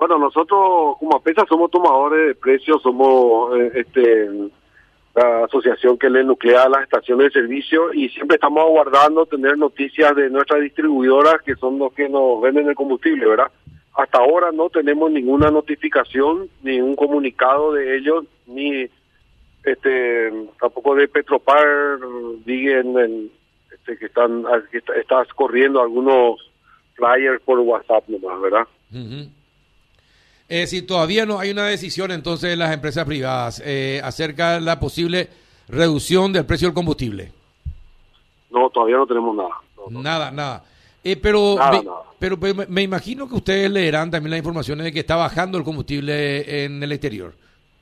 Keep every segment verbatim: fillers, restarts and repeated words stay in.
Bueno, nosotros como APESA somos tomadores de precios, somos eh, este la asociación que le nuclea a las estaciones de servicio y siempre estamos aguardando tener noticias de nuestras distribuidoras que son los que nos venden el combustible, ¿verdad? Hasta ahora no tenemos ninguna notificación, ni un comunicado de ellos, ni este tampoco de Petropar, digan en, este, que están que está, estás corriendo algunos flyers por WhatsApp nomás, ¿verdad? Uh-huh. Eh, si todavía no hay una decisión entonces de las empresas privadas eh, acerca de la posible reducción del precio del combustible. No, todavía no tenemos nada. No, no. Nada, nada. Eh, pero, nada, me, nada. Pero, pero me, me imagino que ustedes leerán también las informaciones de que está bajando el combustible en el exterior.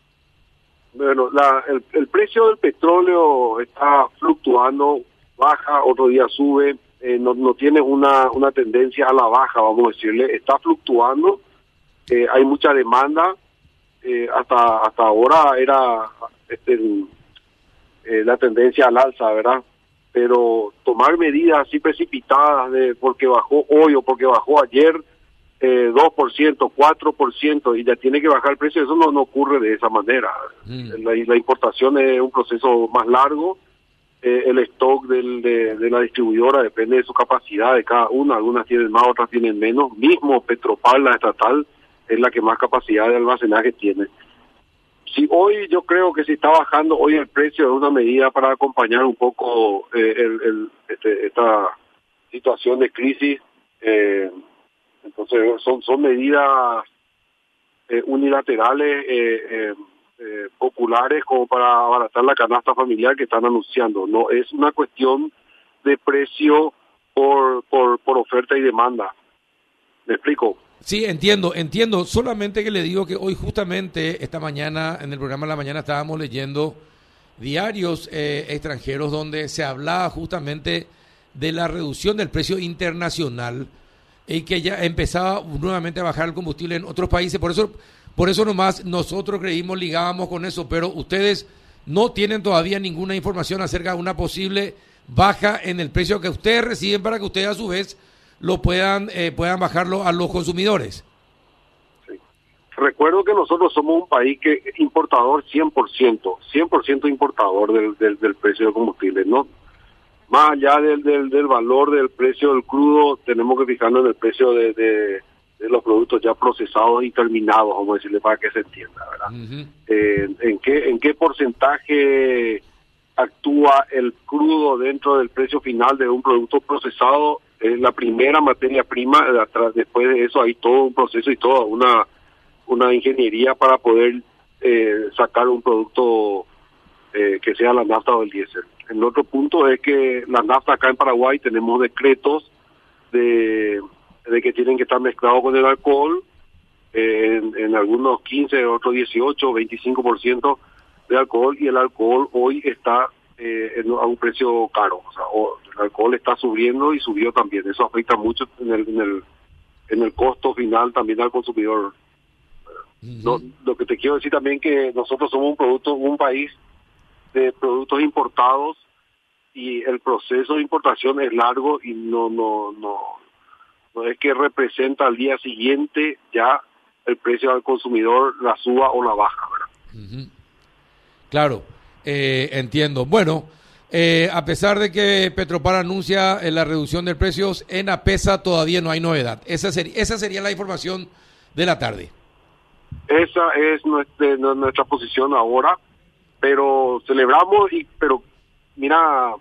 Bueno, la, el, el precio del petróleo está fluctuando, baja, otro día sube, eh, no, no tiene una, una tendencia a la baja, vamos a decirle, está fluctuando. Eh, hay mucha demanda, eh, hasta hasta ahora era este, eh, la tendencia al alza, ¿verdad? Pero tomar medidas así precipitadas de porque bajó hoy o porque bajó ayer eh, dos por ciento, cuatro por ciento y ya tiene que bajar el precio, eso no, no ocurre de esa manera. Mm. La, la importación es un proceso más largo, eh, el stock del, de, de la distribuidora depende de su capacidad de cada una, algunas tienen más, otras tienen menos, mismo Petropar, la estatal, es la que más capacidad de almacenaje tiene. Si hoy yo creo que si está bajando hoy el precio es una medida para acompañar un poco eh, el, el, este, esta situación de crisis, eh, entonces son son medidas eh, unilaterales, eh, eh, eh, populares como para abaratar la canasta familiar que están anunciando. No es una cuestión de precio por por por oferta y demanda. ¿Me explico? Sí, entiendo, entiendo. Solamente que le digo que hoy justamente, esta mañana, en el programa de la mañana, estábamos leyendo diarios eh, extranjeros donde se hablaba justamente de la reducción del precio internacional y que ya empezaba nuevamente a bajar el combustible en otros países. Por eso, por eso nomás nosotros creímos, ligábamos con eso, pero ustedes no tienen todavía ninguna información acerca de una posible baja en el precio que ustedes reciben para que ustedes a su vez lo puedan eh, puedan bajarlo a los consumidores. Sí. Recuerdo que nosotros somos un país que importador cien por ciento, cien por ciento importador del, del, del precio del combustible, ¿no? Más allá del, del, del valor del precio del crudo, tenemos que fijarnos en el precio de, de, de los productos ya procesados y terminados, vamos a decirle para que se entienda, ¿verdad? Uh-huh. Eh, ¿en qué en qué porcentaje actúa el crudo dentro del precio final de un producto procesado? Es la primera materia prima, después de eso hay todo un proceso y toda una una ingeniería para poder eh, sacar un producto eh, que sea la nafta o el diésel. El otro punto es que la nafta acá en Paraguay tenemos decretos de, de que tienen que estar mezclados con el alcohol, eh, en, en algunos quince, otros dieciocho, veinticinco por ciento de alcohol, y el alcohol hoy está eh, en, a un precio caro, o sea, o, el alcohol está subiendo y subió también, eso afecta mucho en el en el, en el costo final también al consumidor. Uh-huh. No, lo que te quiero decir también que nosotros somos un producto, un país de productos importados y el proceso de importación es largo y no no no no es que representa al día siguiente ya el precio al consumidor, la suba o la baja, ¿verdad? Uh-huh. Claro, eh, entiendo. Bueno, eh, a pesar de que Petropar anuncia eh, la reducción de precios, en APESA todavía no hay novedad. Esa sería, esa sería la información de la tarde. Esa es nuestra, nuestra posición ahora, pero celebramos, y pero mira,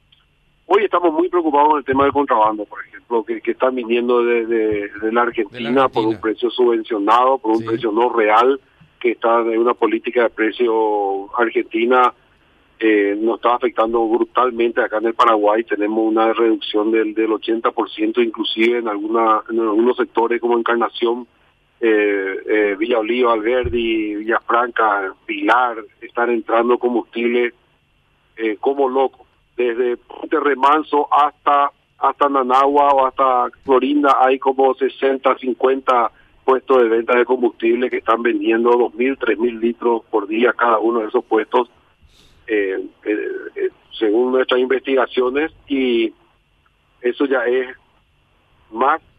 hoy estamos muy preocupados con el tema del contrabando, por ejemplo, que, que están viniendo de, de, de, la Argentina, de la Argentina por un precio subvencionado, por un sí. precio no real, que está en una política de precio argentina, eh, nos está afectando brutalmente acá en el Paraguay. Tenemos una reducción del, del ochenta por ciento, inclusive en, alguna, en algunos sectores como Encarnación, eh, eh, Villa Oliva, Alberdi, Villafranca, Pilar, están entrando combustible eh, como locos. Desde Punta Remanso hasta hasta Nanagua o hasta Florinda hay como sesenta, cincuenta puestos de venta de combustible que están vendiendo dos mil, tres mil litros por día cada uno de esos puestos, eh, eh, eh, según nuestras investigaciones, y eso ya es más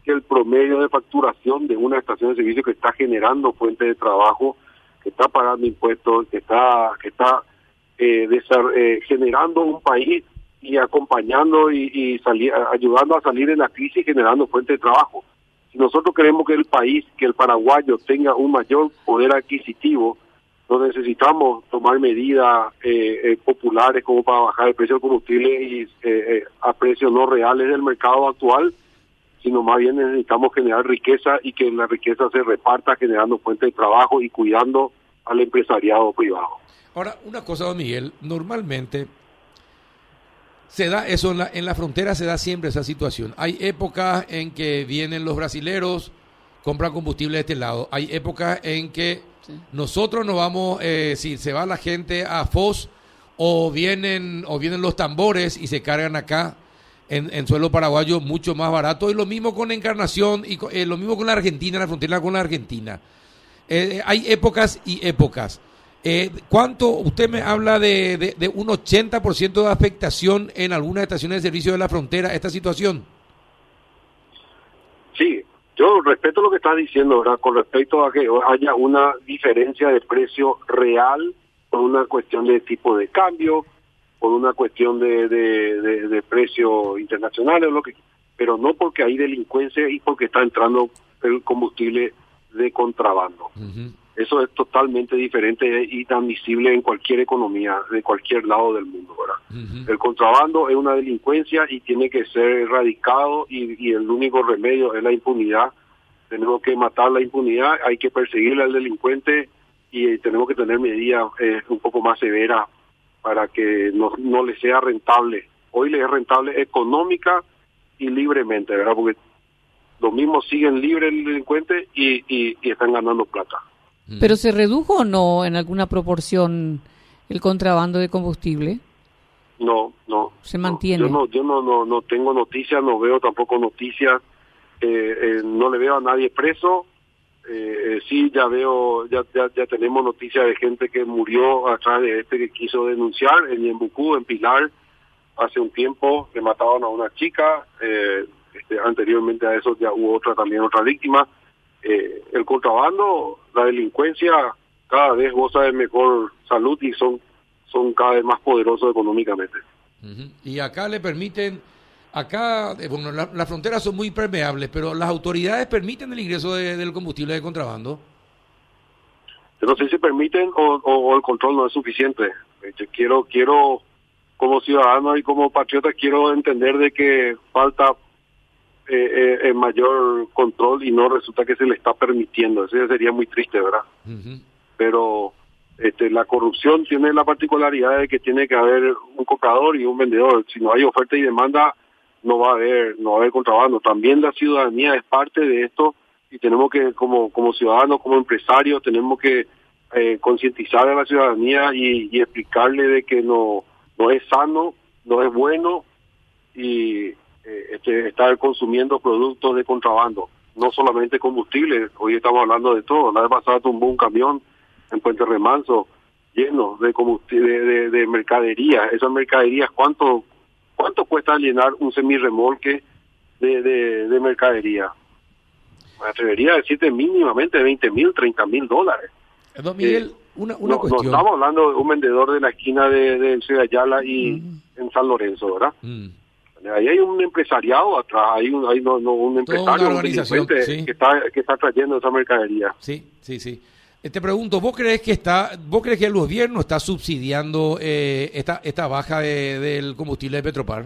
que el promedio de facturación de una estación de servicio que está generando fuentes de trabajo, que está pagando impuestos, que está que está eh, desar, eh, generando un país y acompañando y, y salir, ayudando a salir de la crisis, generando fuentes de trabajo. Si nosotros queremos que el país, que el paraguayo tenga un mayor poder adquisitivo, no necesitamos tomar medidas eh, eh, populares como para bajar el precio del combustible y eh, eh, a precios no reales del mercado actual, sino más bien necesitamos generar riqueza y que la riqueza se reparta generando fuentes de trabajo y cuidando al empresariado privado. Ahora, una cosa, don Miguel, normalmente se da eso en la, en la frontera, se da siempre esa situación. Hay épocas en que vienen los brasileros, compran combustible de este lado. Hay épocas en que sí. nosotros nos vamos, eh, si se va la gente a Foz, o vienen o vienen los tambores y se cargan acá en, en suelo paraguayo mucho más barato. Y lo mismo con Encarnación, y eh, lo mismo con la Argentina, la frontera con la Argentina. Eh, hay épocas y épocas. Eh, ¿Cuánto? Usted me habla de, de, de un ochenta por ciento de afectación en algunas estaciones de servicio de la frontera, esta situación. Sí, yo respeto lo que estás diciendo, ¿verdad? Con respecto a que haya una diferencia de precio real por una cuestión de tipo de cambio, por una cuestión de, de, de, de precio internacional, o lo que, pero no porque hay delincuencia y porque está entrando el combustible de contrabando. Uh-huh. Eso es totalmente diferente y inadmisible en cualquier economía, de cualquier lado del mundo, ¿verdad? Uh-huh. El contrabando es una delincuencia y tiene que ser erradicado y, y el único remedio es la impunidad. Tenemos que matar la impunidad, hay que perseguirle al delincuente y tenemos que tener medidas eh, un poco más severas para que no, no le sea rentable. Hoy le es rentable económica y libremente, ¿verdad? Porque los mismos siguen libres el delincuente y, y, y están ganando plata. ¿Pero se redujo o no en alguna proporción el contrabando de combustible? No, no. ¿Se mantiene? No, yo no, yo no, no, no tengo noticias, no veo tampoco noticias, eh, eh, no le veo a nadie preso. Eh, eh, sí, ya veo, ya, ya ya tenemos noticias de gente que murió atrás de este que quiso denunciar en Ñembucú, en Pilar, hace un tiempo, le mataron a una chica, eh, este, anteriormente a eso ya hubo otra también, otra víctima. Eh, el contrabando, la delincuencia cada vez goza de mejor salud y son son cada vez más poderosos económicamente. Uh-huh. Y acá le permiten, acá, bueno, la, las fronteras son muy permeables, pero las autoridades permiten el ingreso de, del combustible de contrabando. Yo no sé si permiten o, o, o el control no es suficiente. Yo quiero, quiero como ciudadano y como patriota, quiero entender de que falta Eh, eh, mayor control y no resulta que se le está permitiendo. Eso sería muy triste, ¿verdad? Uh-huh. Pero este, la corrupción tiene la particularidad de que tiene que haber un comprador y un vendedor. Si no hay oferta y demanda, no va a haber no va a haber contrabando. También la ciudadanía es parte de esto y tenemos que, como como ciudadanos, como empresarios, tenemos que eh, concientizar a la ciudadanía y, y explicarle de que no no es sano, no es bueno y Eh, este, estar consumiendo productos de contrabando, no solamente combustible. Hoy estamos hablando de todo. La vez pasada tumbó un camión en Puente Remanso lleno de combustible, de, de, de mercadería. Esas mercaderías, ¿cuánto cuánto cuesta llenar un semirremolque de, de, de mercadería? Me atrevería a decirte mínimamente veinte mil, treinta mil dólares. Don Miguel, eh, una, una no, cuestión. No estamos hablando de un vendedor de la esquina de, de Ciudad Ayala y mm. en San Lorenzo, ¿verdad? Mm. Ahí hay un empresariado atrás, hay un, hay no, no, un empresario, un delincuente sí. que está que está trayendo esa mercadería. Sí, sí, sí. Te pregunto, ¿vos crees que está, vos crees que el gobierno está subsidiando eh, esta esta baja de, del combustible de Petropar?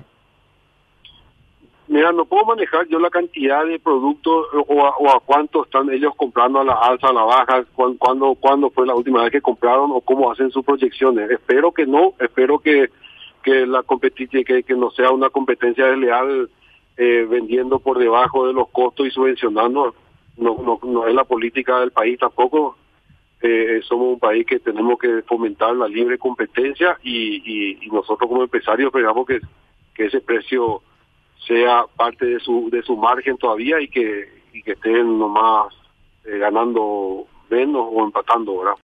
Mira, no puedo manejar yo la cantidad de productos o a, o a cuánto están ellos comprando a la alza, a la baja, cuándo, cuándo, cuándo fue la última vez que compraron o cómo hacen sus proyecciones. Espero que no, espero que que la competencia que, que no sea una competencia desleal eh, vendiendo por debajo de los costos y subvencionando. No, no, no es la política del país tampoco. Eh, somos un país que tenemos que fomentar la libre competencia y, y, y nosotros como empresarios esperamos que, que ese precio sea parte de su de su margen todavía y que y que estén nomás eh, ganando menos o empatando, ¿verdad?